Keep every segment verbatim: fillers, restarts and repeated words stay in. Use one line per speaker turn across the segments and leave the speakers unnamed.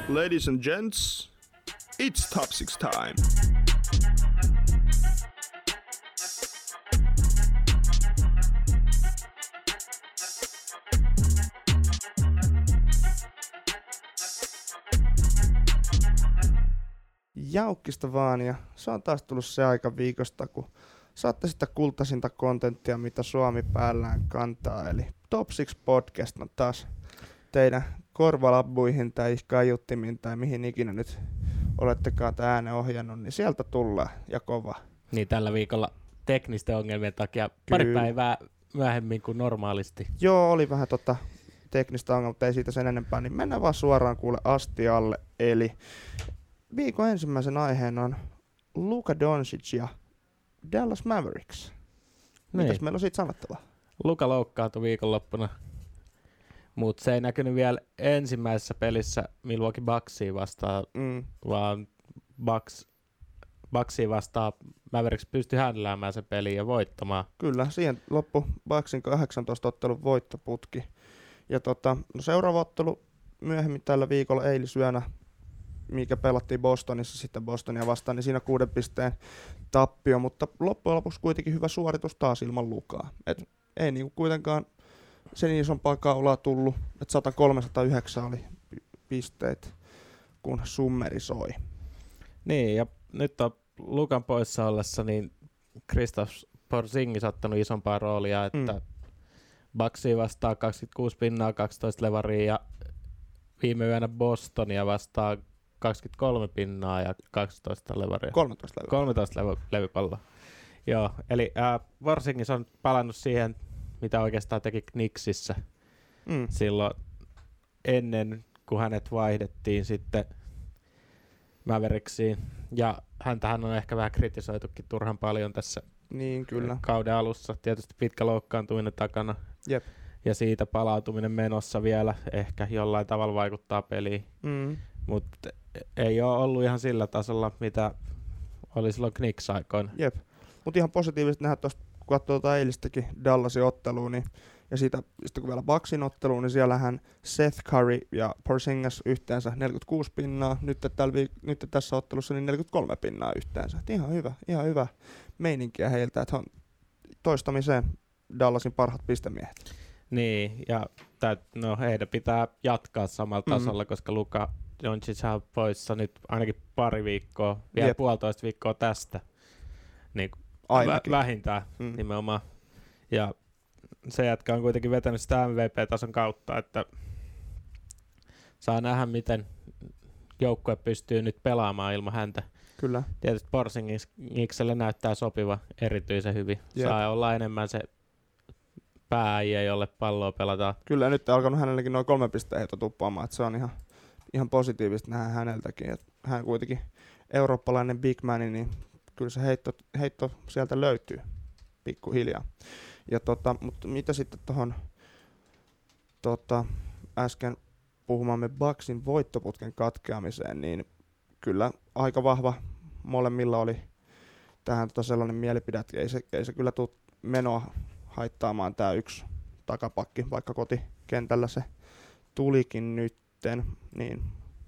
Ladies and gents, it's top six time.
Jaukkista vaan, ja se on taas tullut se aika viikosta, kun saatte sitä kultaisinta kontenttia, mitä Suomi päällään kantaa. Eli Top six Podcast on taas teidän korvalabbuihin tai kaiuttimiin tai mihin ikinä nyt olettekaan tämän äänen ohjannut, niin sieltä tullaan ja kova.
Niin tällä viikolla teknisten ongelmien takia pari Kyllä. päivää myöhemmin kuin normaalisti.
Joo, oli vähän tota teknistä ongelmaa, mutta ei siitä sen enempää, niin mennään vaan suoraan kuule astialle. Eli viikon ensimmäisen aiheen on Luka Doncic ja Dallas Mavericks.
Niin.
Mitäs meillä on siitä sanottavaa?
Luka loukkaantui viikonloppuna, mutta se ei näkynyt vielä ensimmäisessä pelissä Milwaukee Bucksia vastaan, mm. vaan Bucks, Bucksia vastaan Mavericks pystyi händläämään sen peliin ja voittamaan.
Kyllä, siihen loppu Bucksin kahdeksantoista ottelun voittoputki. Ja tota, no seuraava ottelu myöhemmin tällä viikolla eilisyönä, mikä pelattiin Bostonissa sitten Bostonia vastaan, niin siinä kuuden pisteen tappio, mutta loppujen lopuksi kuitenkin hyvä suoritus taas ilman Lukaa. Et ei niinku kuitenkaan sen isompaa kaulaa tullut, että sata kolme sata yhdeksän oli pisteet, kun summeri soi.
Niin, ja nyt on Lukan poissa ollessa, niin Kristaps Porzingis ottanut isompaa roolia, että mm. Bucksia vastaa kaksikymmentäkuusi pinnaa, kaksitoista levaria, ja viime yönä Bostonia vastaa kaksikymmentäkolme pinnaa ja kaksitoista levaria.
kolmetoista levypalloa.
kolmetoista levy, levypalloa. Joo, eli äh, Porzingis on palannut siihen, mitä oikeastaan teki Knicksissä mm. silloin ennen, kun hänet vaihdettiin sitten Mavericksiin. Ja häntähän on ehkä vähän kritisoitukin turhan paljon tässä
niin, kyllä.
kauden alussa. Tietysti pitkä loukkaantuminen takana.
Jep.
Ja siitä palautuminen menossa vielä ehkä jollain tavalla vaikuttaa peliin. Mm. Mutta ei ole ollut ihan sillä tasolla, mitä oli silloin Knicks-aikoina.
Jep. Mutta ihan positiivisesti nähdä tuosta, kun katsoo tuota eilistäkin Dallasin otteluun, niin, ja siitä, sitten kun vielä Bucksin otteluun, niin siellähän Seth Curry ja Porzingis yhteensä neljäkymmentäkuusi pinnaa, nyt, tällä, nyt tässä ottelussa niin neljäkymmentäkolme pinnaa yhteensä. Et ihan hyvä, ihan hyvä meininkiä heiltä, että on toistamiseen Dallasin parhaat pistemiehet.
Niin, ja täyt, no, heidän pitää jatkaa samalla mm. tasolla, koska Luka Doncic on poissa nyt ainakin pari viikkoa, vielä Jep. puolitoista viikkoa tästä. Niin vä- vähintään mm. nimenomaan. Ja se jätkä on kuitenkin vetänyt sitä M V P-tason kautta, että saa nähdä, miten joukkue pystyy nyt pelaamaan ilman häntä.
Kyllä.
Tietysti Porzingikselle näyttää sopiva erityisen hyvin. Jep. Saa olla enemmän se päääijä, jolle palloa pelataan.
Kyllä, nyt on alkanut hänellekin noin kolme pisteen heitto tuppaamaan, että se on ihan, ihan positiivista nähdä häneltäkin. Et hän kuitenkin eurooppalainen big man, niin kyllä se heitto, heitto sieltä löytyy pikkuhiljaa. Ja tota, mutta mitä sitten tuohon tota, äsken puhumamme Bucksin voittoputken katkeamiseen, niin kyllä aika vahva molemmilla oli tähän tota sellainen mielipide, että ei se, ei se kyllä tule menoa haittaamaan tämä yksi takapakki, vaikka kotikentällä se tulikin nytten. Niin,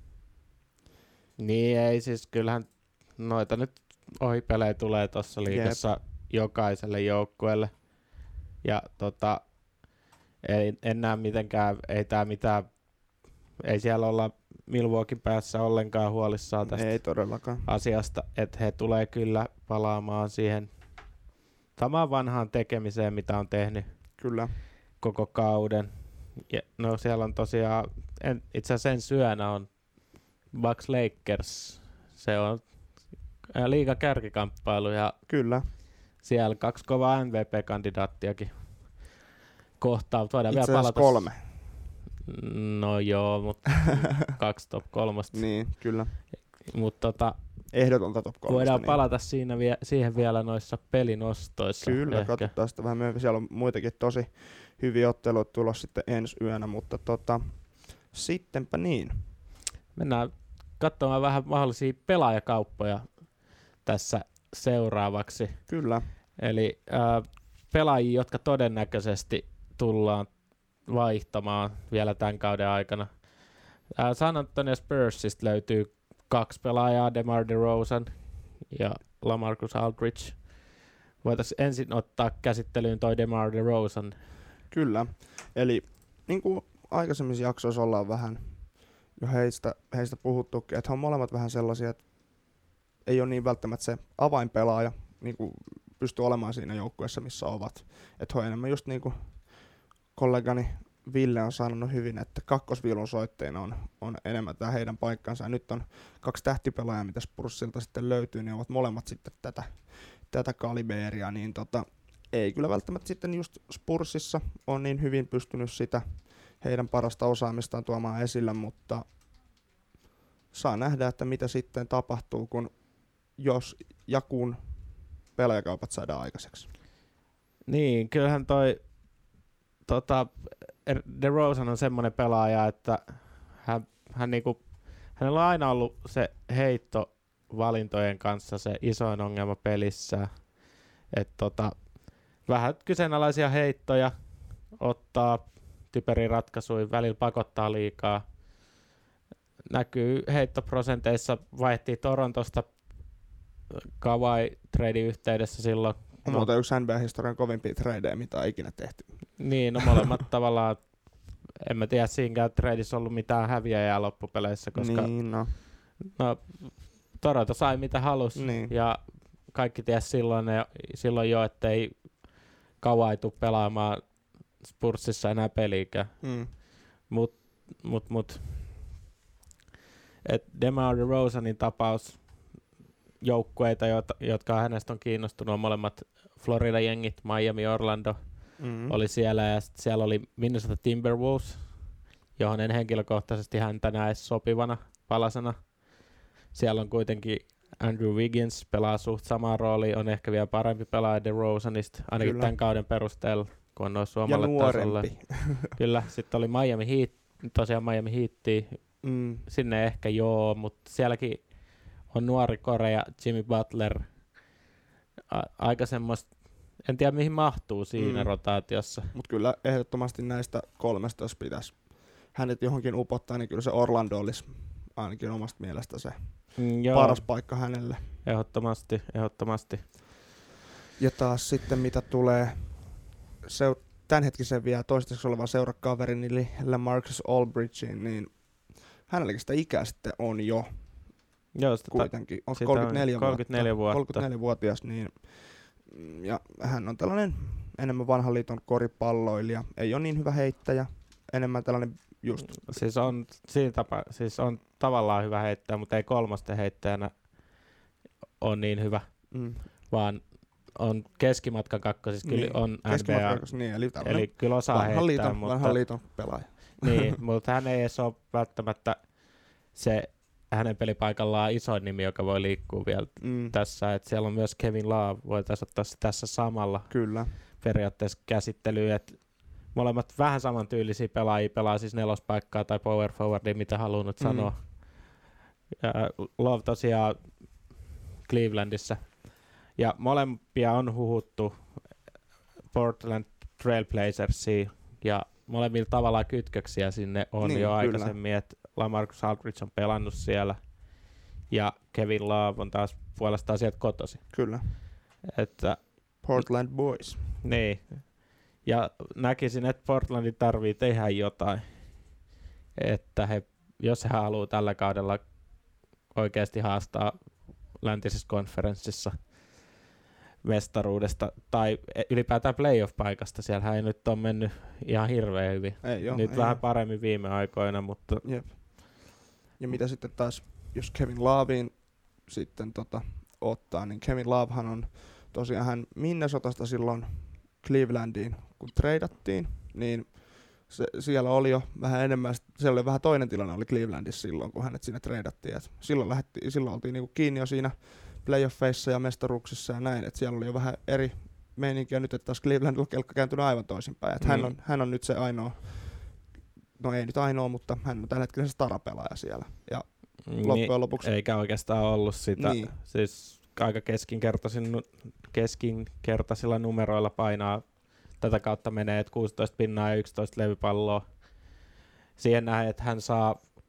niin ei siis kyllähän noita nyt ohipelejä tulee tuossa liigassa Jep. jokaiselle joukkueelle. Ja tota, ei, en näe mitenkään, ei tää mitään, ei siellä olla Milwaukeein päässä ollenkaan huolissaan tästä
ei todellakaan.
asiasta, että he tulee kyllä palaamaan siihen samaan vanhaan tekemiseen, mitä on tehnyt
kyllä
koko kauden. Ja, no siellä on tosiaan, en, itse asiassa ensi yönä on Bucks Lakers, se on liigan kärkikamppailu ja
kyllä.
Siellä kaksi kovaa M V P-kandidaattiakin kohtaa. Voidaan
itse
vielä palata.
kolme.
No joo, mutta kaksi top kolmosta.
Niin, kyllä.
Mut tota,
ehdotonta top kolmosta.
Voidaan
niin.
palata siinä vie, siihen vielä noissa pelinostoissa.
Kyllä,
ehkä.
katsotaan sitä vähän myöhemmin. Siellä on muitakin tosi hyviä otteluita tulossa sitten ensi yönä, mutta tota, sittenpä niin.
Mennään katsomaan vähän mahdollisia pelaajakauppoja tässä seuraavaksi.
Kyllä.
Eli äh, pelaajia, jotka todennäköisesti tullaan vaihtamaan vielä tämän kauden aikana. Ää, San Antonio Spursista löytyy kaksi pelaajaa, DeMar DeRozan ja LaMarcus Aldridge. Voitaisiin ensin ottaa käsittelyyn toi DeMar DeRozan.
Kyllä. Eli niin kuin aikaisemmissa jaksoissa ollaan vähän jo heistä, heistä puhuttukin, että he on molemmat vähän sellaisia, että ei ole niin välttämättä se avainpelaaja, niin kuin pystyy olemaan siinä joukkueessa, missä ovat. Että he on enemmän just niin kuin kollegani Ville on sanonut hyvin, että kakkosviulun soitteina on, on enemmän tämä heidän paikkansa. Ja nyt on kaksi tähtipelaajaa, mitä Spurssilta sitten löytyy, niin ovat molemmat sitten tätä, tätä kaliberia. Niin tota, ei kyllä välttämättä sitten just Spursissa on niin hyvin pystynyt sitä heidän parasta osaamistaan tuomaan esille, mutta saa nähdä, että mitä sitten tapahtuu, kun jos ja kun pelaajakaupat saadaan aikaiseksi.
Niin, kyllähän toi tota, DeRozan on semmoinen pelaaja, että hän, hän niinku, hänellä on aina ollut se heitto valintojen kanssa se isoin ongelma pelissä. Et tota, vähän kyseenalaisia heittoja ottaa typeriä ratkaisuja, välillä pakottaa liikaa. Näkyy heittoprosenteissa, vaihtii Torontosta Kawhi-treidin yhteydessä silloin.
On muuten yksi N B A-historian kovimpia tradeja, mitä on ikinä tehty.
Niin, no molemmat tavallaan, en mä tiedä siinkään treidissä ollut mitään häviäjää loppupeleissä, koska
niin, no.
No, Toronto sai mitä halusi
Niin.
ja kaikki tiesi silloin, silloin jo, ettei Kawhi tule pelaamaan Spursissa enää peliikään.
Mm.
Mut, mut, mut. Et DeMar DeRozanin tapaus, joukkueita, jotka hänestä on kiinnostunut, on molemmat Florida-jengit, Miami, Orlando
Mm.
oli siellä, ja sit siellä oli Minnesota Timberwolves, johon en henkilökohtaisesti häntä näe sopivana palasena. Siellä on kuitenkin Andrew Wiggins, pelaa suht samaa roolia, on ehkä vielä parempi pelaaja DeRozanista, ainakin
Kyllä.
tämän kauden perusteella, kun on noussut
Ja
omalle tasolle.
nuorempi.
Kyllä, sitten oli Miami Heat, tosiaan Miami Heatia,
Mm.
sinne ehkä joo, mutta sielläkin on nuori Korea, Jimmy Butler, A- aika semmoista, en tiedä mihin mahtuu siinä
Mm.
rotaatiossa.
Mutta kyllä ehdottomasti näistä kolmesta, jos pitäisi hänet johonkin upottaa, niin kyllä se Orlando olisi ainakin omasta mielestä se
Mm, joo,
paras paikka hänelle.
ehdottomasti, ehdottomasti.
Ja taas sitten mitä tulee seu- tämänhetkisen vielä toistaiseksi olevan seurakaverin, eli LaMarcus Aldridgeen, niin hänelläkin sitä ikää sitten on jo
Joo, sitä ta-
kuitenkin. On
sitä on
kolmekymmentäneljä,
kolmekymmentäneljä vuotta.
kolmekymmentäneljä-vuotias, niin ja hän on tällainen enemmän vanhan liiton koripalloilija. Ei ole niin hyvä heittäjä, enemmän tällainen just.
Siis on, siinä tapa, siis on tavallaan hyvä heittäjä, mutta ei kolmosten heittäjänä ole niin hyvä,
Mm,
vaan on keskimatkan kakko, siis kyllä
Niin,
on N B A,
keskimatkakas, niin, eli tällainen
eli kyllä osaa
vanhan
heittää,
liiton,
mutta,
vanhan liiton pelaaja.
niin, mutta hän ei edes ole välttämättä se hänen pelipaikallaan isoin nimi, joka voi liikkua vielä
Mm,
tässä, että siellä on myös Kevin Love, voitaisiin ottaa se tässä samalla
kyllä.
periaatteessa käsittelyyn, että molemmat vähän samantyylisiä pelaajia pelaa siis nelospaikkaa tai power forwardia, mitä haluan nyt
Mm.
sanoa. Ja Love tosiaan Clevelandissa. Ja molempia on huhuttu Portland Trailblazersiin ja molemmilla tavallaan kytköksiä sinne on
Niin,
jo
kyllä.
aikaisemmin, että LaMarcus Aldridge on pelannut siellä ja Kevin Love on taas puolestaan sieltä kotosi.
Kyllä.
Että
Portland Boys.
niin. Ja näkisin, että Portlandin tarvii tehdä jotain, että he, jos he haluaa tällä kaudella oikeasti haastaa läntisessä konferenssissa mestaruudesta tai ylipäätään playoff-paikasta. Siellähän ei nyt ole mennyt ihan hirveän hyvin.
Ei joo,
nyt
ei
vähän
oo.
paremmin viime aikoina, mutta
Jep. Ja mitä sitten taas, jos Kevin Lovein sitten tota, ottaa, niin Kevin Lovehan on tosiaan hän Minnesotasta silloin Clevelandiin, kun treidattiin, niin se, siellä oli jo vähän enemmän, siellä oli vähän toinen tilanne oli Clevelandissa silloin, kun hänet sinne treidattiin. Et silloin, lähdettiin, silloin oltiin niinku kiinni jo siinä playoffeissa ja mestaruuksissa ja näin, että siellä oli jo vähän eri meininkiä nyt, että taas Clevelandilla kelkka kääntynyt aivan toisinpäin. Et
Mm.
hän, on, hän on nyt se ainoa, no ei nyt ainoa, mutta hän on tällä hetkellä se starapelaaja siellä. Ja loppujen lopuksi
eikä oikeastaan ollut sitä.
Niin.
Siis aika keskinkertaisin, keskinkertaisilla numeroilla painaa. Tätä kautta menee, että kuusitoista pinnaa ja yksitoista levypalloa. Siihen nähdään, että hän saa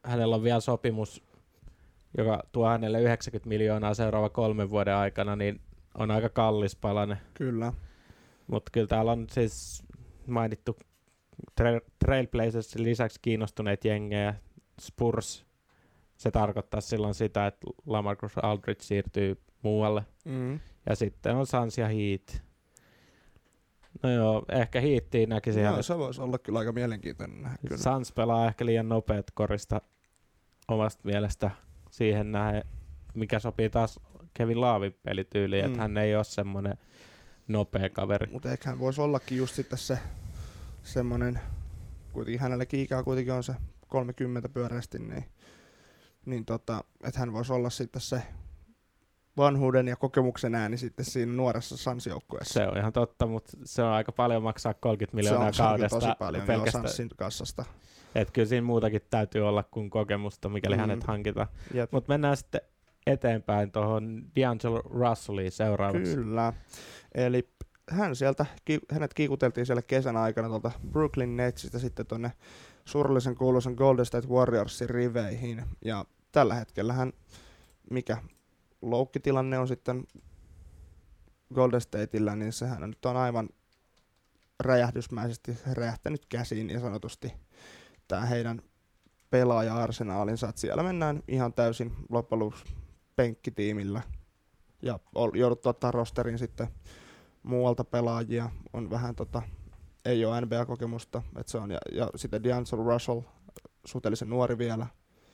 hänellä on vielä sopimus, joka tuo hänelle yhdeksänkymmentä miljoonaa seuraava kolmen vuoden aikana, niin on aika kallis palanen.
Kyllä.
Mutta kyllä täällä on siis mainittu tra- Trailblazersin lisäksi kiinnostuneet jengejä. Spurs, se tarkoittaa silloin sitä, että LaMarcus Aldridge siirtyy muualle.
Mm.
Ja sitten on Suns ja Heat. No joo, ehkä Heatiin näkisin.
No, se voisi olla kyllä aika mielenkiintoinen nähdä. Kyllä.
Suns pelaa ehkä liian nopeat korista omasta mielestä siihen nähden, mikä sopii taas Kevin Loven pelityyliin, mm. että hän ei ole semmoinen nopea kaveri.
Mutta ehkä hän voisi ollakin just sitten se semmoinen, kuitenkin hänellekin ikää kuitenkin on se kolmekymmentä pyöreästi, niin, niin tota, että hän voisi olla sitten se vanhuuden ja kokemuksen ääni sitten siinä nuoressa Suns-joukkueessa.
Se on ihan totta, mutta se on aika paljon maksaa kolmekymmentä miljoonaa
se on,
kaudesta.
Se on tosi paljon
pelkästään
Sunsin kassasta.
Et kyllä siinä muutakin täytyy olla kuin kokemusta, mikäli mm. hänet hankitaan. Mutta mennään sitten eteenpäin tuohon D'Angelo Russelliin seuraavaksi.
Kyllä. Eli hän sieltä, hänet kiikuteltiin siellä kesän aikana tuolta Brooklyn Netsistä sitten tuonne surullisen kuuluisen Golden State Warriorsin riveihin. Ja tällä hetkellä hän, mikä loukkitilanne on sitten Golden Stateillä, niin sehän nyt on aivan räjähdysmäisesti räjähtänyt käsiin niin sanotusti tämä heidän pelaaja-arsenaalinsa. Että siellä mennään ihan täysin loppujen lopuksi penkkitiimillä ja jouduttu ottaa rosterin sitten muualta pelaajia. On vähän tota, ei ole N B A-kokemusta, että se on, ja, ja sitten D'Angelo Russell, suhteellisen nuori vielä,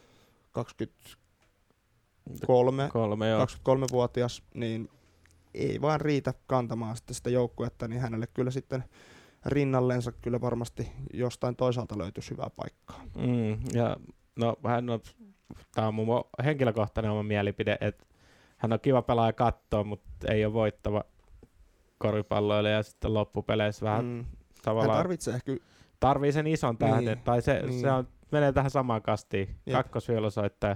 kaksikymmentäkolme,
Kolme,
kaksikymmentäkolmevuotias, niin ei vaan riitä kantamaan sitten sitä joukkuetta, niin hänelle kyllä sitten rinnallensa kyllä varmasti jostain toisaalta löytyisi hyvää paikkaa.
Mm, ja no hän on, tämä on mun henkilökohtainen oma mielipide, että hän on kiva pelaaja katsoa, mutta ei ole voittava koripalloille ja sitten loppupeleissä vähän
mm.
tavallaan...
Hän tarvitsee ehkä...
Tarvii sen ison tähden,
niin,
tai se,
niin.
se on, menee tähän samaan kastiin, kakkosviolosoittaja.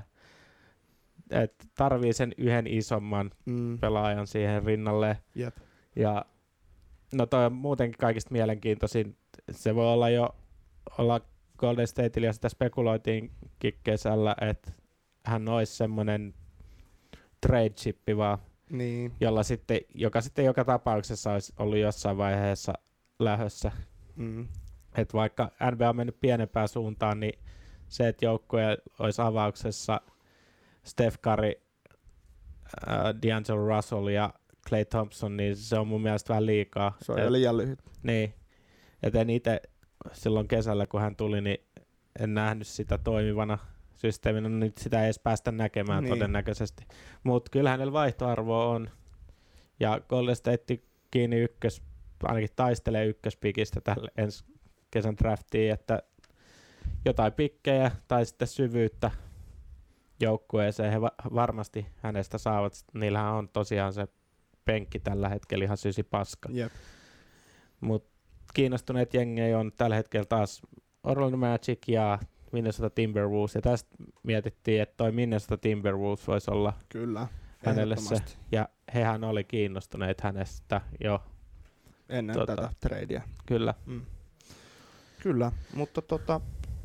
Että tarvii sen yhden isomman mm. pelaajan siihen rinnalle.
Jep.
Ja no toi on muutenkin kaikista mielenkiintoisin. Se voi olla jo olla Golden Stateilla, ja sitä spekuloitiinkin kesällä, että hän olisi semmoinen trade chippi vaan,
niin.
jolla sitten, joka sitten joka tapauksessa olisi ollut jossain vaiheessa lähössä. Mm. Et vaikka N B A on mennyt pienempään suuntaan, niin se, että joukkue olisi avauksessa Steph Curry, äh, D'Angelo Russell ja Klay Thompson, niin se on mun mielestä vähän liikaa.
Se on jo liian lyhyt.
Niin. Et en itse silloin kesällä, kun hän tuli, niin en nähnyt sitä toimivana systeeminä. Nyt sitä ei edes päästä näkemään niin. Todennäköisesti. Mutta kyllä hänellä vaihtoarvoa on. Ja Golden State kiinni ykkös, ainakin taistelee ykköspikistä tälle ensi kesän draftiin, että jotain pikkejä tai sitten syvyyttä joukkueeseen he va- varmasti hänestä saavat. Niillähän on tosiaan se penkki tällä hetkellä ihan sysi paska.
Yep.
Mut kiinnostuneet jengejä on tällä hetkellä taas Orlando Magic ja Minnesota Timberwolves. Ja tästä mietittiin, että toi Minnesota Timberwolves voisi olla
Kyllä,
hänelle se. Ja hehän oli kiinnostuneet hänestä jo
ennen
tota,
tätä tradea.
Kyllä.
Mm. Kyllä, mutta tota...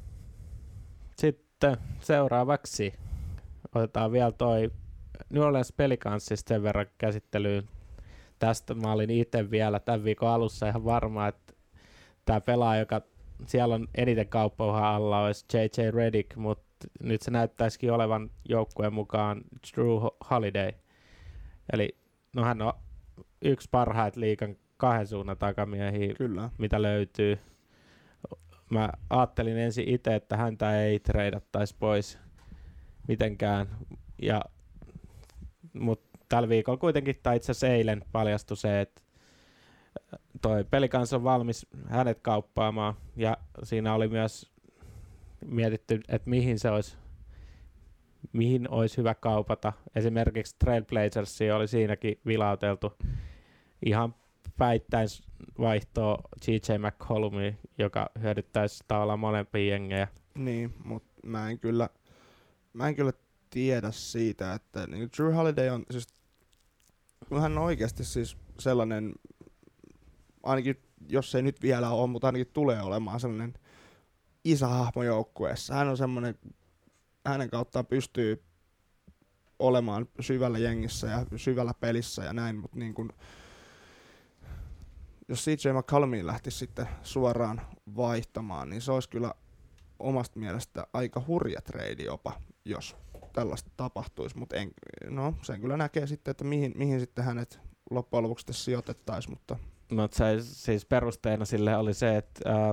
Sitten seuraavaksi otetaan vielä toi New Orleans Pelicansista sen verran käsittelyyn. Tästä mä olin itse vielä tämän viikon alussa ihan varma, että tämä pelaaja, joka siellä on eniten kauppauhan alla, olisi J J Redick, mutta nyt se näyttäisikin olevan joukkueen mukaan Drew Holiday. Eli no hän on yksi parhaita liigan kahden suunnan takamiehiä,
Kyllä.
mitä löytyy. Mä ajattelin ensin itse, että häntä ei treidattaisi pois mitenkään, ja, mutta tällä viikolla kuitenkin, tai itse asiassa eilen paljastui se, että toi Pelicans on valmis hänet kauppaamaan, ja siinä oli myös mietitty, että mihin se olisi, mihin olisi hyvä kaupata. Esimerkiksi Trailblazersia oli siinäkin vilauteltu ihan päittäin vaihtoa J J McCollumia, joka hyödyttäisi tavallaan molempia jengejä.
Niin, mutta mä en kyllä, mä en kyllä tiedä siitä, että niin Drew Holiday on siis, hän on oikeasti siis sellainen, ainakin jos ei nyt vielä ole, mutta ainakin tulee olemaan sellainen isähahmo joukkueessa. Hän on semmoinen hänen kauttaan pystyy olemaan syvällä jengissä ja syvällä pelissä ja näin, mutta niin kun, jos C J McCollumin lähtisi sitten suoraan vaihtamaan, niin se olisi kyllä omasta mielestä aika hurja trade jopa, jos tällaista tapahtuisi, mutta no, sen kyllä näkee sitten, että mihin, mihin sitten hänet loppujen lopuksi sijoitettaisiin, mutta
No se siis perusteena sille oli se, että ää,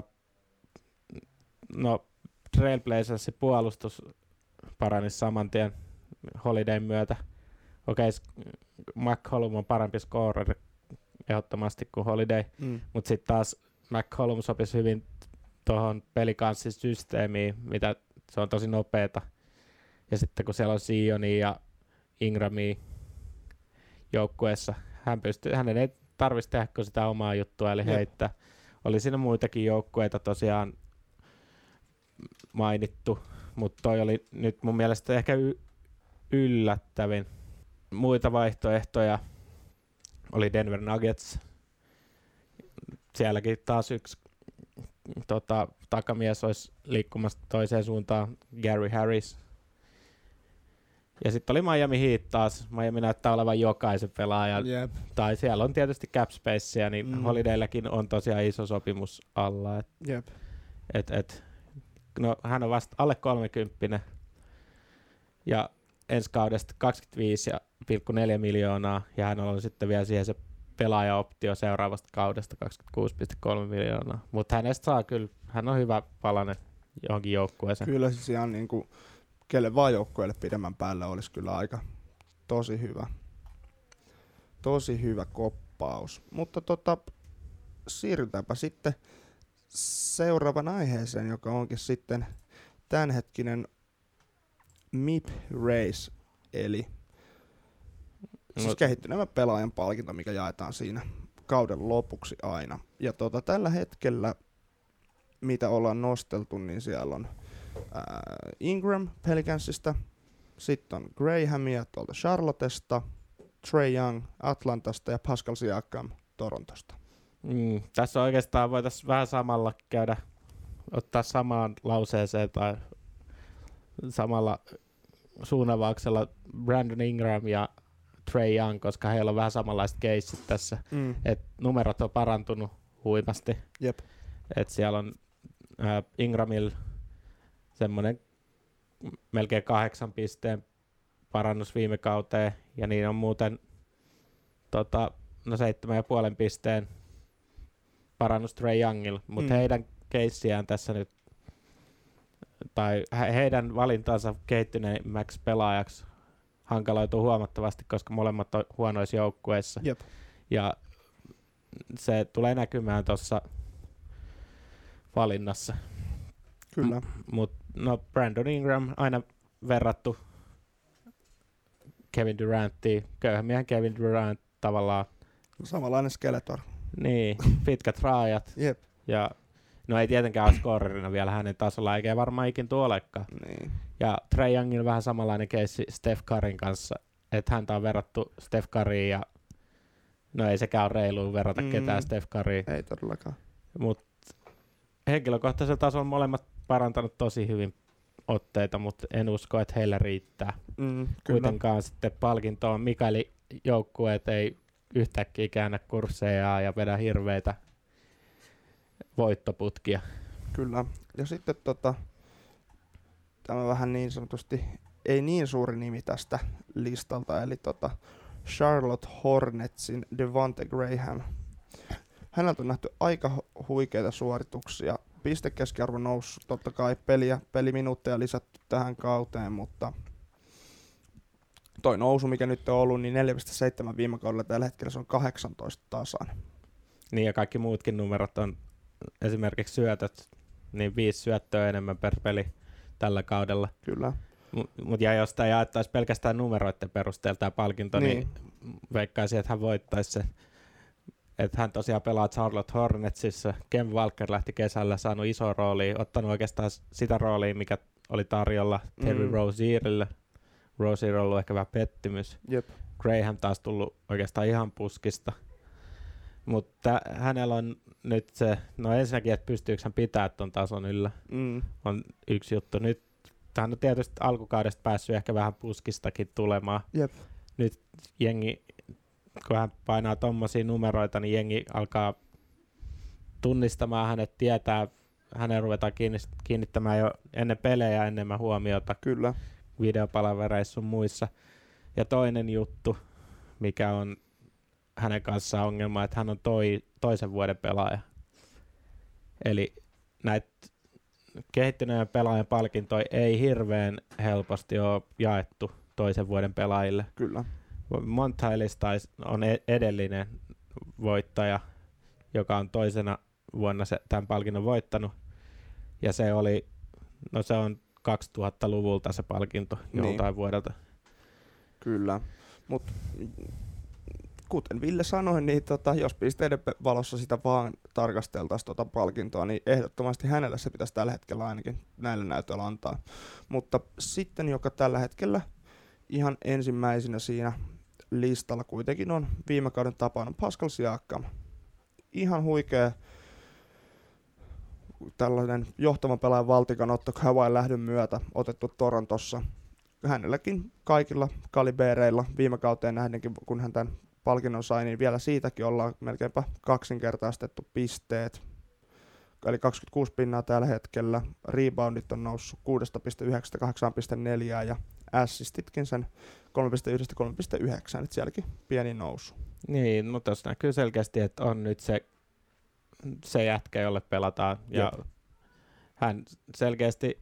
no Trailblazersin puolustus parani saman tien Holidayn myötä. Okei, okay, McCollum on parempi scoreri ehdottomasti kuin Holiday, mm. mutta sitten taas McCollum sopisi hyvin tuohon pelikanssisysteemiin, mitä se on tosi nopeeta. Ja sitten kun siellä on Sionia ja Ingramia joukkueessa, hän pystyy, hänen ei tarvitsisi tehdä kuin sitä omaa juttua, eli
Jep.
heittää. Oli siinä muitakin joukkueita tosiaan mainittu, mutta toi oli nyt mun mielestä ehkä y- yllättävin. Muita vaihtoehtoja oli Denver Nuggets. Sielläkin taas yksi tota, takamies olisi liikkumassa toiseen suuntaan, Gary Harris. Ja sitten oli Miami Heat taas. Miami näyttää olevan jokaisen pelaajan.
Yep.
Tai siellä on tietysti cap spacea, niin
Mm.
Holidaylläkin on tosiaan iso sopimus alla. Et,
Jep.
et, et, no, hän on vasta alle kolmekymppinen. Ja ensi kaudesta kaksikymmentäviisi pilkku neljä miljoonaa. Ja hän on sitten vielä siihen se pelaajaoptio seuraavasta kaudesta kaksikymmentäkuusi pilkku kolme miljoonaa. Mutta hänestä saa kyllä, hän on hyvä palanen johonkin joukkueeseen.
Kyllä siis ihan niin kuin kelle vaan joukkueelle pidemmän päälle olisi kyllä aika tosi hyvä. Tosi hyvä koppaus. Mutta tota, siirrytäänpä sitten seuraavan aiheeseen, joka onkin sitten tämänhetkinen M I P Race, eli siis
No,
kehittyneemmän pelaajan palkinto, mikä jaetaan siinä kauden lopuksi aina. Ja tota, tällä hetkellä, mitä ollaan nosteltu, niin siellä on ää, Ingram Pelicansista, sitten on Grahamia tuolta Charlottesta, Trae Young Atlantasta ja Pascal Siakam Torontosta.
Mm, tässä oikeastaan voitaisiin vähän samalla käydä, ottaa samaan lauseeseen tai samalla suunnavauksella Brandon Ingram ja Trae Young, koska heillä on vähän samanlaiset keissit tässä.
Mm.
Et numerot on parantunut huimasti.
Jep.
Et siellä on äh, Ingramilla semmoinen melkein kahdeksan pisteen parannus viime kauteen, ja niin on muuten tota, no seitsemän ja puolen pisteen parannus Trae Youngilla, mutta
Mm.
heidän keissiään tässä nyt, tai he, heidän valintansa kehittyneimmäksi pelaajaksi hankaloituu huomattavasti, koska molemmat on huonoissa joukkueissa.
Jep.
Ja se tulee näkymään tuossa valinnassa.
Kyllä.
Mutta no Brandon Ingram aina verrattu Kevin Duranttiin, köyhän miehen Kevin Durant tavallaan.
Samanlainen Skeletor.
Niin, pitkät raajat.
Jep.
Ja no ei tietenkään ole scorerina vielä hänen tasolla, eikä varmaan ikin tuolekaan.
Niin.
Ja Trae Youngilla vähän samanlainen keissi Steph Curryn kanssa, että häntä on verrattu Steph Curryin ja no ei sekään ole reilua verrata
Mm.
ketään Steph Curryin.
Ei todellakaan.
Mutta henkilökohtaisella tasolla on molemmat parantanut tosi hyvin otteita, mutta en usko, että heillä riittää.
Mm, kyllä.
Kuitenkaan sitten palkintoon, mikäli joukkueet ei yhtäkkiä käännä kursseja ja vedä hirveitä voittoputkia.
Kyllä. Ja sitten tota, tämä vähän niin sanotusti ei niin suuri nimi tästä listalta, eli tota Charlotte Hornetsin Devonte Graham. Häneltä on nähty aika hu- huikeita suorituksia. Pistekeskiarvo noussut, totta kai peliä, peliminuutteja lisätty tähän kauteen, mutta toi nousu, mikä nyt on ollut, niin neljä pilkku seitsemän viime kaudella, tällä hetkellä se on kahdeksantoista tasan.
Niin ja kaikki muutkin numerot on esimerkiksi syötöt, niin viisi syöttöä enemmän per peli tällä kaudella.
Kyllä.
M- mut ja jos tämä jaettaisiin pelkästään numeroiden perusteella tämä palkinto, niin,
Niin.
niin veikkaisin, että hän voittaisi sen. Että hän tosiaan pelaa Charlotte Hornetsissa. Ken Walker lähti kesällä, saanut iso roolia, ottanut oikeastaan sitä roolia, mikä oli tarjolla Terry
Mm.
Rozierille. Rozier on ollut ehkä vähän pettymys.
Jep.
Graham taas tullut oikeastaan ihan puskista. Mutta hänellä on nyt se, no ensinnäkin, että pystyykö hän pitää ton tason yllä,
Mm.
on yksi juttu. Nyt hän on tietysti alkukaudesta päässyt ehkä vähän puskistakin tulemaan.
Jep.
Nyt jengi, kun hän painaa tommosia numeroita, niin jengi alkaa tunnistamaan hänet, tietää, hänen ruvetaan kiinnittämään jo ennen pelejä enemmän huomiota.
Kyllä.
Videopalavereissa sun muissa. Ja toinen juttu, mikä on hänen kanssaan ongelma, että hän on toi, toisen vuoden pelaaja. Eli näitä kehittyneen pelaajan palkintoja ei hirveän helposti ole jaettu toisen vuoden pelaajille.
Kyllä.
Montaillis on edellinen voittaja, joka on toisena vuonna se, tämän palkinnon voittanut. Ja se oli, no se on kaksituhattaluvulta se palkinto joltain niin. vuodelta.
Kyllä, mutta kuten Ville sanoi, niin tota, jos pisteiden valossa sitä vaan tarkasteltaisiin tota palkintoa, niin ehdottomasti hänelle se pitäisi tällä hetkellä ainakin näillä näytöillä antaa. Mutta sitten, joka tällä hetkellä ihan ensimmäisenä siinä listalla kuitenkin on viime kauden tapana Pascal Siakam. Ihan huikea tällainen johtavan pelaajan valtikanotto Kawhin lähdön myötä otettu Torontossa. Hänelläkin kaikilla kalibereilla viime kauteen nähdenkin, kun hän tämän palkinnon sai, niin vielä siitäkin ollaan melkeinpä kaksinkertaistettu pisteet. Eli kaksikymmentäkuusi pinnaa tällä hetkellä. Reboundit on noussut kuusi pilkku yhdeksän kahdeksaan pilkku neljään ja assistitkin sen kolme pilkku yksi kolme pilkku yhdeksän, että sielläkin pieni nousu.
Niin, mutta tuossa näkyy selkeästi, että on nyt se, se jätkä, jolle pelataan. Ja Jep. hän selkeästi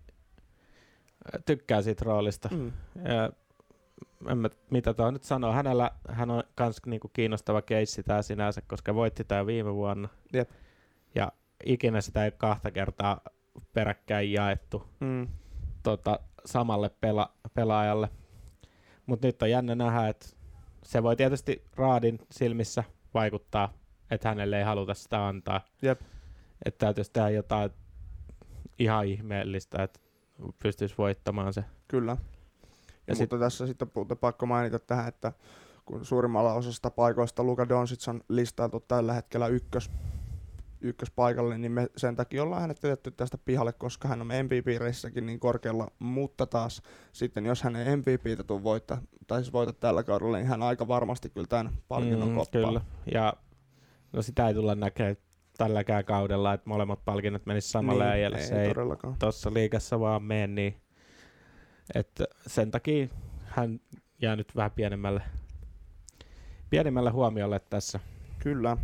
tykkää siitä roolista. Mm. Ja en mä, mitä tuo nyt sanoo. Hänellä, hän on myös niinku kiinnostava keissi tää sinänsä, koska voitti tää viime vuonna.
Jep.
Ja ikinä sitä ei kahta kertaa peräkkäin jaettu mm. tota, samalle pela, pelaajalle. Mutta nyt on jännä nähdä, että se voi tietysti Raadin silmissä vaikuttaa, että hänelle ei haluta sitä antaa.
Jep.
Että täytyisi tehdä jotain ihan ihmeellistä, että pystyisi voittamaan se.
Kyllä. Ja ja sit, mutta tässä sitten on pakko mainita tähän, että kun suurimmalla osasta paikoista Luka Doncic on listailtu tällä hetkellä ykkös, ykköspaikalle, niin me sen takia ollaan hänet jätetty tästä pihalle, koska hän on M V P-reissäkin niin korkealla, mutta taas sitten jos hän ei M V P:tä tule voittaa, tai siis voita tällä kaudella, niin hän aika varmasti kyllä tämän palkinnon mm, koppaa. Kyllä,
ja no sitä ei tulla näkemään tälläkään kaudella, että molemmat palkinnot menisivät samalle
niin,
äijälle.
Ei,
se ei
tuossa
liigassa vaan mene, niin että sen takia hän jää nyt vähän pienemmälle, pienemmälle huomiolle tässä.
Kyllä.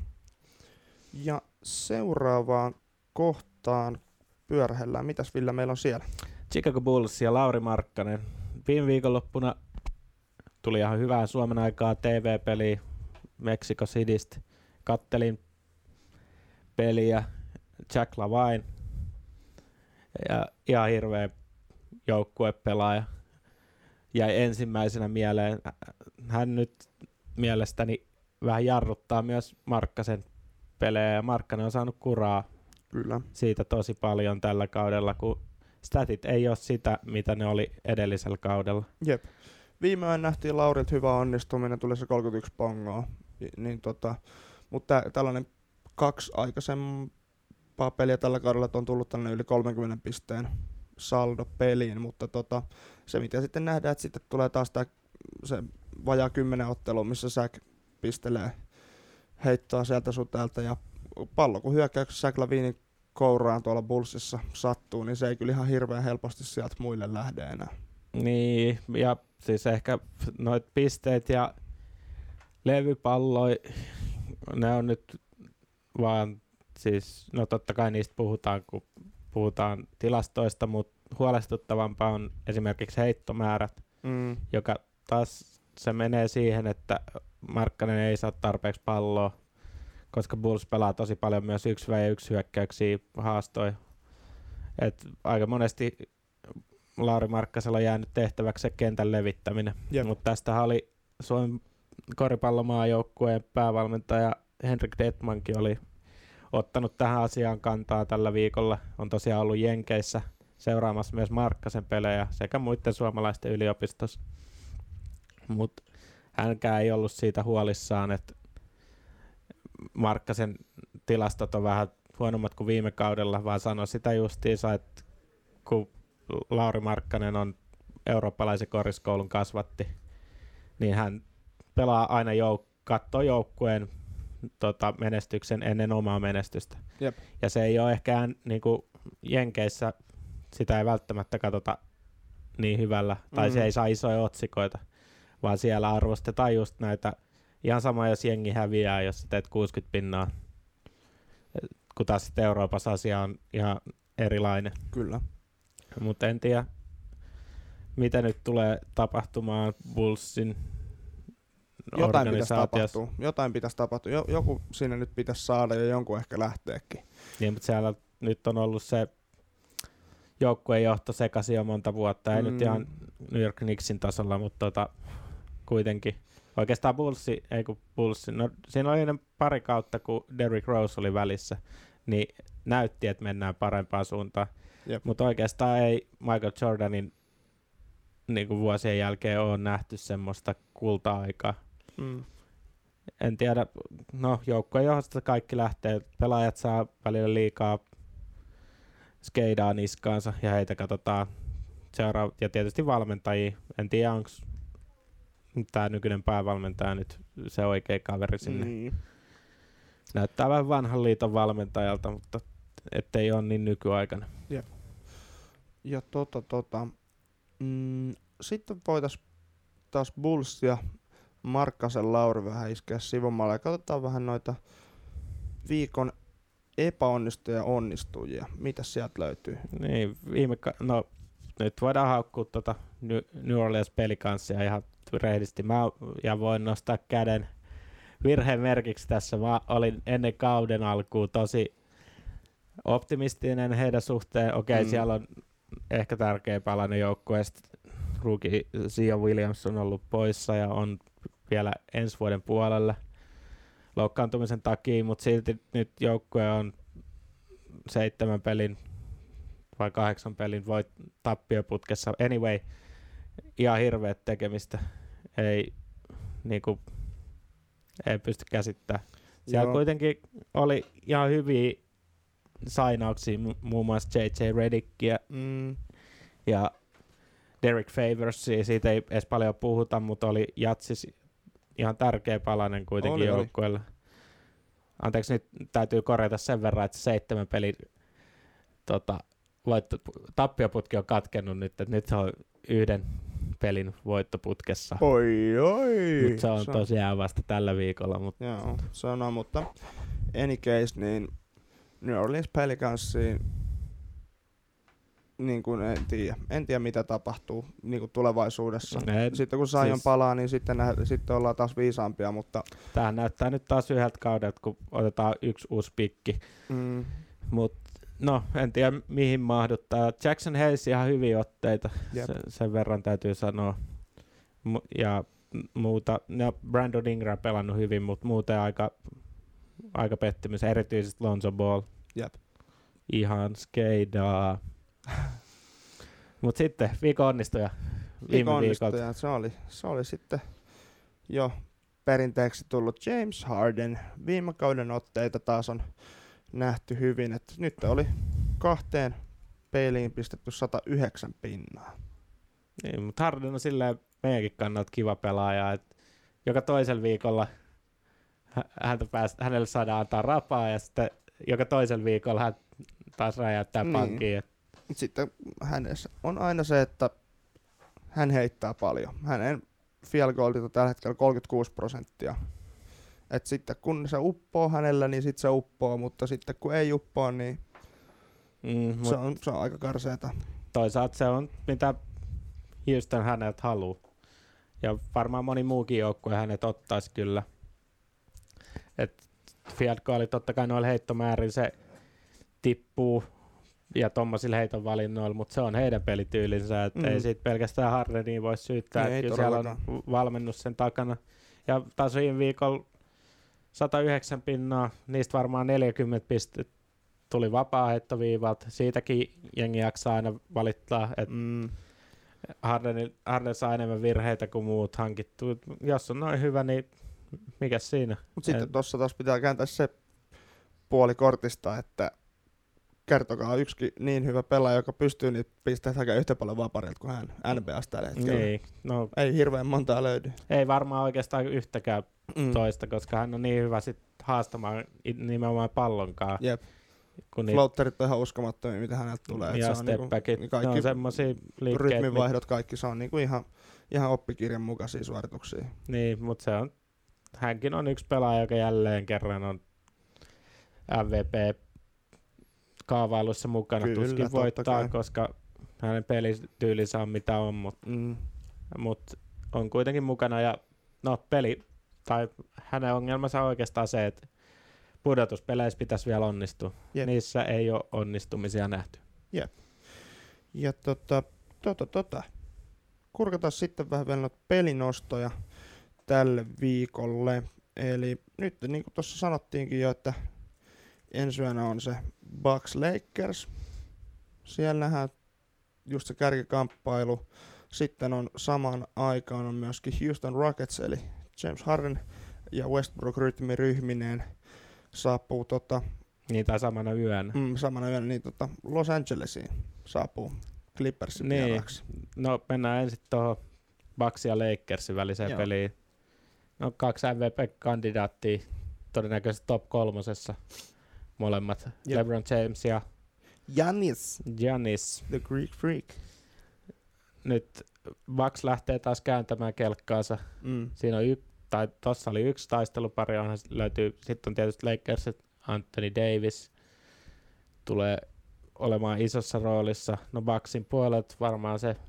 Ja seuraavaan kohtaan pyörähellään. Mitäs Ville meillä on siellä?
Chicago Bulls ja Lauri Markkanen. Viime viikonloppuna tuli ihan hyvää Suomen aikaa T V-peliä Mexico Citystä. Kattelin peliä, Jack Lavine ja ihan hirveä joukkuepelaaja. Jäi ensimmäisenä mieleen. Hän nyt mielestäni vähän jarruttaa myös Markkasen pelejä ja Markkanen on saanut kuraa
Kyllä.
siitä tosi paljon tällä kaudella, kun statit ei ole sitä, mitä ne oli edellisellä kaudella.
Jep. Viime ajan nähtiin Laurilta hyvä onnistuminen, tuli se kolmekymmentäyksi pongoa, niin tota, mutta tällainen kaksi aikaisempaa peliä tällä kaudella, että on tullut tällainen yli kolmenkymmenen pisteen saldo peliin, mutta tota, se mitä sitten nähdään, että sitten tulee taas tää, se vajaa kymmenen ottelu, missä Säk pistelee heittoa sieltä sun täältä ja pallo kun hyökkäyksessä Säk Lavinin kouraan tuolla Bullsissa sattuu, niin se ei kyllä ihan hirveän helposti sieltä muille lähde enää.
Niin, ja siis ehkä noit pisteet ja levypalloi, ne on nyt vaan siis, no totta kai niistä puhutaan, kun puhutaan tilastoista, mutta huolestuttavampaa on esimerkiksi heittomäärät, mm. joka taas se menee siihen, että Markkanen ei saa tarpeeksi palloa, koska Bulls pelaa tosi paljon myös yksi vai yksi hyökkäyksiä haastoja. Et aika monesti Lauri Markkasella on jäänyt tehtäväksi se kentän levittäminen, mutta tästä oli Suomen koripallomaajoukkueen päävalmentaja Henrik Detmankin oli ottanut tähän asiaan kantaa tällä viikolla. On tosiaan ollut Jenkeissä seuraamassa myös Markkasen pelejä sekä muiden suomalaisten yliopistossa. Mutta hänkään ei ollut siitä huolissaan, että Markkasen tilastot on vähän huonommat kuin viime kaudella, vaan sanoi sitä justiinsa, että kun Lauri Markkanen on eurooppalaisen koriskoulun kasvatti, niin hän pelaa aina jouk- kattoo joukkueen tota, menestyksen ennen omaa menestystä.
Jep.
Ja se ei ole ehkä niin kuin Jenkeissä, sitä ei välttämättä katsota niin hyvällä, tai mm. se ei saa isoja otsikoita, vaan siellä arvostetaan just näitä ihan sama, jos jengi häviää, jos sä teet kuusikymmentä pinnaa, kun taas sitten Euroopassa asia on ihan erilainen.
Kyllä.
Mutta en tiedä, mitä nyt tulee tapahtumaan Bullsin
Jotain pitäisi tapahtua. Jotain pitäisi tapahtua. Joku siinä nyt pitäisi saada ja jonkun ehkä lähteekin.
Niin, mutta siellä nyt on ollut se joukkueen johto sekaisin jo monta vuotta. Ei mm. nyt ihan New York Knicksin tasolla, mutta tota, kuitenkin. Oikeastaan Bullsi, ei kun Bullsi. No, siinä oli ennen pari kautta, kun Derrick Rose oli välissä, niin näytti, että mennään parempaan suuntaan. Mutta oikeastaan ei Michael Jordanin niin kuin vuosien jälkeen ole nähty semmoista kulta-aikaa. Mm. En tiedä, no joukkojen johdosta kaikki lähtee, pelaajat saa välillä liikaa skeidaa niskaansa ja heitä katsotaan seuraava, ja tietysti valmentajia. En tiedä, onko tämä nykyinen päävalmentaja nyt se oikea kaveri sinne. Mm. Näyttää vähän vanhan liiton valmentajalta, mutta ettei ole niin nykyaikana.
Jep. Ja tota, tota, mm, sitten voitaisiin taas Bulls ja Markkasen Lauri vähän iskeä sivumalle ja katsotaan vähän noita viikon epäonnistujia ja onnistujia. Mitä sieltä löytyy?
Niin, viime ka- no nyt voidaan haukkua tuota New Orleans Pelicansia ihan rehdisti. Mä ja voin nostaa käden virheen merkiksi tässä. Mä olin ennen kauden alkuun tosi optimistinen heidän suhteen. Okei, mm. siellä on ehkä tärkeä palainen joukkueesta. Rookie Zion Williams on ollut poissa ja on vielä ensi vuoden puolella loukkaantumisen takia, mutta silti nyt joukkue on seitsemän pelin vai kahdeksan pelin voit tappioputkessa. Anyway, ihan hirveät tekemistä. Ei, niinku, ei pysty käsittämään. Siellä Joo. kuitenkin oli ihan hyviä sainauksia, muun muassa J J Redickia mm. ja Derek Favorsia. Siitä ei edes paljon puhuta, mutta oli Jatsis ihan tärkeä palanen kuitenkin joukkueella. Anteeksi, nyt täytyy korjata sen verran, että seitsemän pelin tota, voitto, tappioputki on katkennut nyt, että nyt se on yhden pelin voittoputkessa.
Oi, oi.
Mut se on se tosiaan vasta tällä viikolla. Mutta
joo, se on, mutta any case, niin New Orleans Pelicansiin niin kuin en tiedä. En tiedä, mitä tapahtuu niin kuin tulevaisuudessa. Ne, sitten kun Zion siis palaa, niin sitten, nä- sitten ollaan taas viisaampia, mutta
tämähän näyttää nyt taas yhdeltä kaudelta, kun otetaan yksi uusi pikki. Mm. Mut no, en tiedä mihin mahduttaa. Jackson Hayes ihan hyviä otteita, Se, sen verran täytyy sanoa. M- ja muuta, no Brandon Ingram pelannut hyvin, mutta muuten aika, aika pettymys, erityisesti Lonzo Ball.
Jep.
Ihan skeidaa. Mut sitten viikon onnistuja viime viikolta.
Se oli, se oli sitten jo perinteeksi tullut James Harden. Viime kauden otteita taas on nähty hyvin, että nyt oli kahteen peiliin pistetty sata yhdeksän pinnaa.
Niin, mutta Harden on silleen meidänkin kannalta kiva pelaaja, että joka toisella viikolla häntä päästä, hänelle saadaan antaa rapaa ja sitten joka toisella viikolla hän taas räjäyttää niin pankkiin.
Sitten hänessä on aina se, että hän heittää paljon. Hänen field goalit on tällä hetkellä kolmekymmentäkuusi prosenttia. Et sitten kun se uppoo hänellä, niin sitten se uppoo, mutta sitten kun ei uppoo, niin mm, se, on, se on aika karseeta.
Toisaalta se on, mitä Houston häneltä haluaa. Ja varmaan moni muukin joukkue hänet ottaisi kyllä. Et field goalit totta kai noilla heittomäärin se tippuu ja tommosilla heiton valinnoilla, mutta se on heidän pelityylinsä, että mm. ei siitä pelkästään Hardenia voi syyttää, että kyllä siellä on valmennus sen takana. Ja taas viime viikolla sata yhdeksän pinnaa, niistä varmaan neljäkymmentä pistettä tuli vapaa-heittoviivalta. Siitäkin jengi jaksaa aina valittaa, että mm. Harden, Harden saa enemmän virheitä kuin muut hankittu. Jos on noin hyvä, niin mikäs siinä?
Mutta sitten tuossa taas pitää kääntää se puoli kortista, että kertokaa yksikin niin hyvä pelaaja, joka pystyy niitä pisteitä hakemaan yhtä paljon vaparilta kuin hän N B A:sta tällä hetkellä.
Niin, no,
ei hirveän montaa löydy.
Ei varmaan oikeastaan yhtäkään
Mm.
toista, koska hän on niin hyvä sit haastamaan nimenomaan pallonkaan.
Jep.
Kun
Floatterit on ihan uskomattomia, mitä häneltä tulee.
Ja
se on
stepbackit,
niinku,
ne on
kaikki
semmosia liikkeet.
rytminvaihdot, kaikki se on niinku ihan, ihan oppikirjan mukaisia suorituksia.
Niin, mutta se on, hänkin on yksi pelaaja, joka jälleen kerran on M V P-kaavailussa mukana.
Kyllä,
Tuskin voittaa,
kai.
koska hänen pelityylinsä on mitä on, mutta
Mm.
mut on kuitenkin mukana. Ja no peli, tai hänen ongelmansa on oikeastaan se, että pudotuspeleissä pitäisi vielä onnistua.
Jep.
Niissä ei ole onnistumisia nähty.
Ja tota, tota, tota. Kurkataan sitten vähän vielä noita pelinostoja tälle viikolle. Eli nyt niin kuin tuossa sanottiinkin jo, että ensi yönä on se Bucks Lakers. Siellä nähdään just se kärkikamppailu. Sitten on samaan aikaan on myöskin Houston Rockets, eli James Harden ja Westbrook rytmiryhmineen saapuu tota,
Niin, tai samana yönä.
mm, samana yönä niin tota, Los Angelesiin saapuu Clippersin
Niin.
vieraaksi.
No mennään ensin tuohon Bucks ja Lakersin väliseen
Joo.
peliin. No kaksi M V P-kandidaattia todennäköisesti top kolmosessa molemmat.
Jep.
LeBron James ja
Giannis,
Giannis.
the Greek Freak.
Nyt Bucks lähtee taas kääntämään kelkkaansa.
Mm.
Siinä on y- tai tossa oli yksi taistelupari, onhan sit löytyy, sitten on tietysti Lakersit, Anthony Davis tulee olemaan isossa roolissa. No Bucksin puolelta varmaan se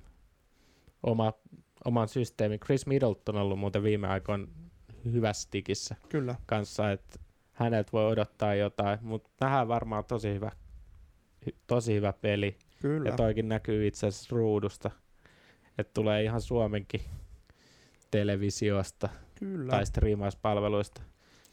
oma, oman systeemin. Chris Middleton on ollut muuten viime aikoina hyvässä tikissä
Kyllä.
kanssa, että häneltä voi odottaa jotain, mutta nähdään varmaan tosi hyvä, hy- tosi hyvä peli.
Kyllä.
Ja toikin näkyy itse asiassa ruudusta, että tulee ihan Suomenkin televisiosta
Kyllä.
tai striimauspalveluista.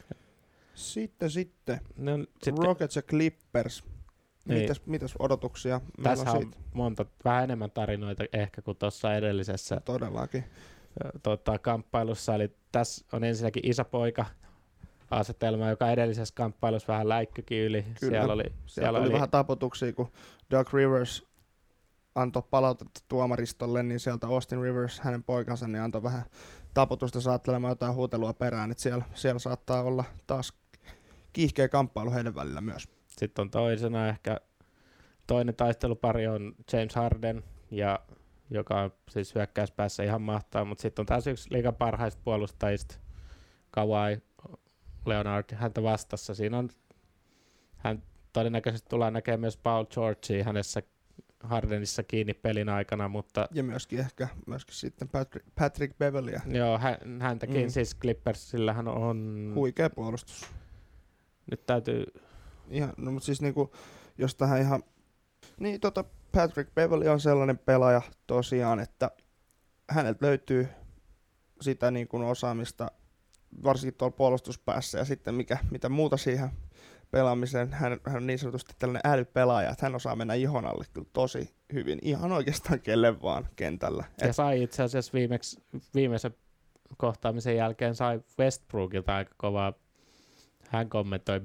Sitten, sitten,
No, sitten
Rockets ja Clippers.
Niin.
Mitäs, mitäs odotuksia meillä
tässä
on
on
siitä?
monta, vähän enemmän tarinoita ehkä kuin tuossa edellisessä
Todellakin.
ö, tota, kamppailussa. Eli tässä on ensinnäkin isäpoika asetelma, joka edellisessä kamppailussa vähän läikkyikin yli.
Kyllä.
Siellä oli,
Siellä
siellä
oli,
oli
vähän taputuksia, kun Doug Rivers antoi palautetta tuomaristolle, niin sieltä Austin Rivers, hänen poikansa, niin antoi vähän taputusta saattelemaan jotain huutelua perään. Että siellä, siellä saattaa olla taas kiihkeä kamppailu heidän välillä myös.
Sitten on toisena ehkä toinen taistelupari on James Harden, ja, joka on siis hyökkäyspäässä ihan mahtaa, mutta sitten on taas yksi liigan parhaista puolustajista, Kawhi Leonard, häntä vastassa. Siinä on, hän todennäköisesti tulee näkemään myös Paul Georgea hänessä Hardenissa kiinni pelin aikana, mutta
Ja myöskin ehkä myöskin sitten Patrick, Patrick Beverleyä.
joo, hä, häntäkin
Mm.
siis Clippersillähän on,
Huikea puolustus.
nyt täytyy,
Ihan, no, mutta siis niinku, jos tähän ihan... Niin tota, Patrick Beverley on sellainen pelaaja tosiaan, että häneltä löytyy sitä niin kuin osaamista, varsinkin tuolla puolustuspäässä, ja sitten mikä, mitä muuta siihen pelaamiseen, hän, hän on niin sanotusti tällainen älypelaaja, että hän osaa mennä ihon alle kyllä tosi hyvin, ihan oikeastaan kelle vaan kentällä.
ja
Et,
sai itse asiassa viimeksi, viimeisen kohtaamisen jälkeen sai Westbrookilta aika kovaa, hän kommentoi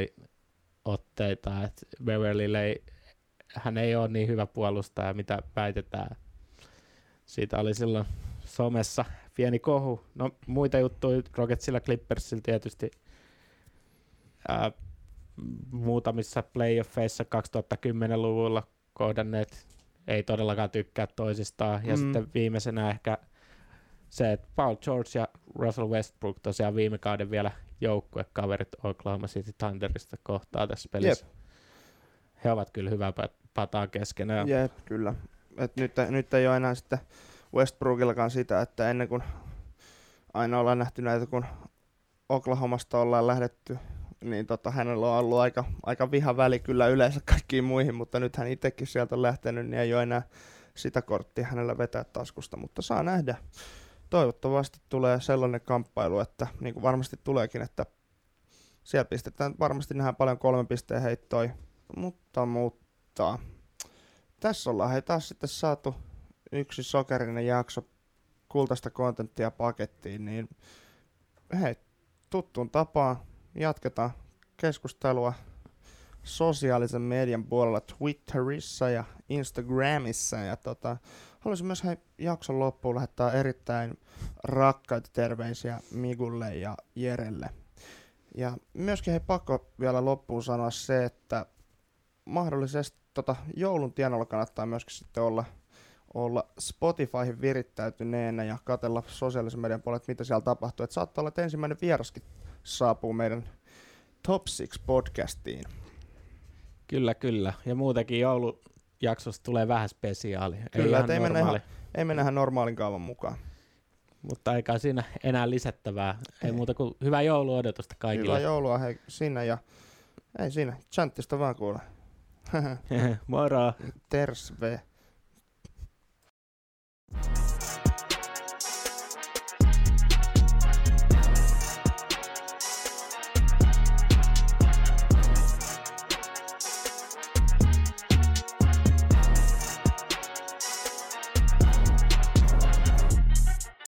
Beverly-otteita, että Beverly ei, hän ei ole niin hyvä puolustaja, mitä väitetään. Siitä oli silloin somessa pieni kohu. No muita juttuja Rocketsilla, Clippersillä tietysti. Ää, muutamissa playoffeissa kaksituhattakymmenluvulla kohdanneet ei todellakaan tykkää toisistaan. Ja
Mm.
sitten viimeisenä ehkä se, että Paul George ja Russell Westbrook tosiaan viime kauden vielä joukkuekaverit Oklahoma City Thunderista kohtaa tässä pelissä.
Jep.
He ovat kyllä hyvää pataa keskenään.
Jep, kyllä. Et nyt, nyt ei ole enää sitten Westbrookillakaan sitä, että ennen kuin aina ollaan nähty näitä, kun Oklahomasta ollaan lähdetty, niin tota, hänellä on ollut aika, aika viha väli kyllä yleensä kaikkiin muihin, mutta nyt hän itsekin sieltä on lähtenyt, niin ei ole enää sitä korttia hänellä vetää taskusta, mutta saa nähdä. Toivottavasti tulee sellainen kamppailu, että niin kuin varmasti tuleekin, että siellä pistetään, varmasti nähdään paljon kolmen pisteen heittoi, mutta, mutta tässä ollaan hei taas sitten saatu yksi sokerinen jakso kultaista kontenttia pakettiin, niin hei, tuttuun tapaan jatketaan keskustelua sosiaalisen median puolella Twitterissä ja Instagramissa. Ja tota, haluaisin myös hei, jakson loppuun lähettää erittäin rakkaita terveisiä Migulle ja Jerelle. Ja myöskin hei, pakko vielä loppuun sanoa se, että mahdollisesti tota, joulun tienoilla kannattaa myöskin sitten olla, olla Spotifyhin virittäytyneenä ja katsella sosiaalisen median puolella, mitä siellä tapahtuu. Et saattaa olla, että ensimmäinen vieraskin saapuu meidän Top Six podcastiin.
Kyllä, kyllä. Ja muutenkin joulujaksosta tulee vähän spesiaali.
Kyllä,
ei,
ei, mennä ihan, ei mennä ihan normaalin kaavan mukaan.
Mutta eikä siinä enää lisättävää. Ei, ei muuta kuin hyvää jouluodotusta kaikille.
Hyvää joulua hei, sinne ja ei siinä. Chanttista vaan kuule.
Moro.
Terve.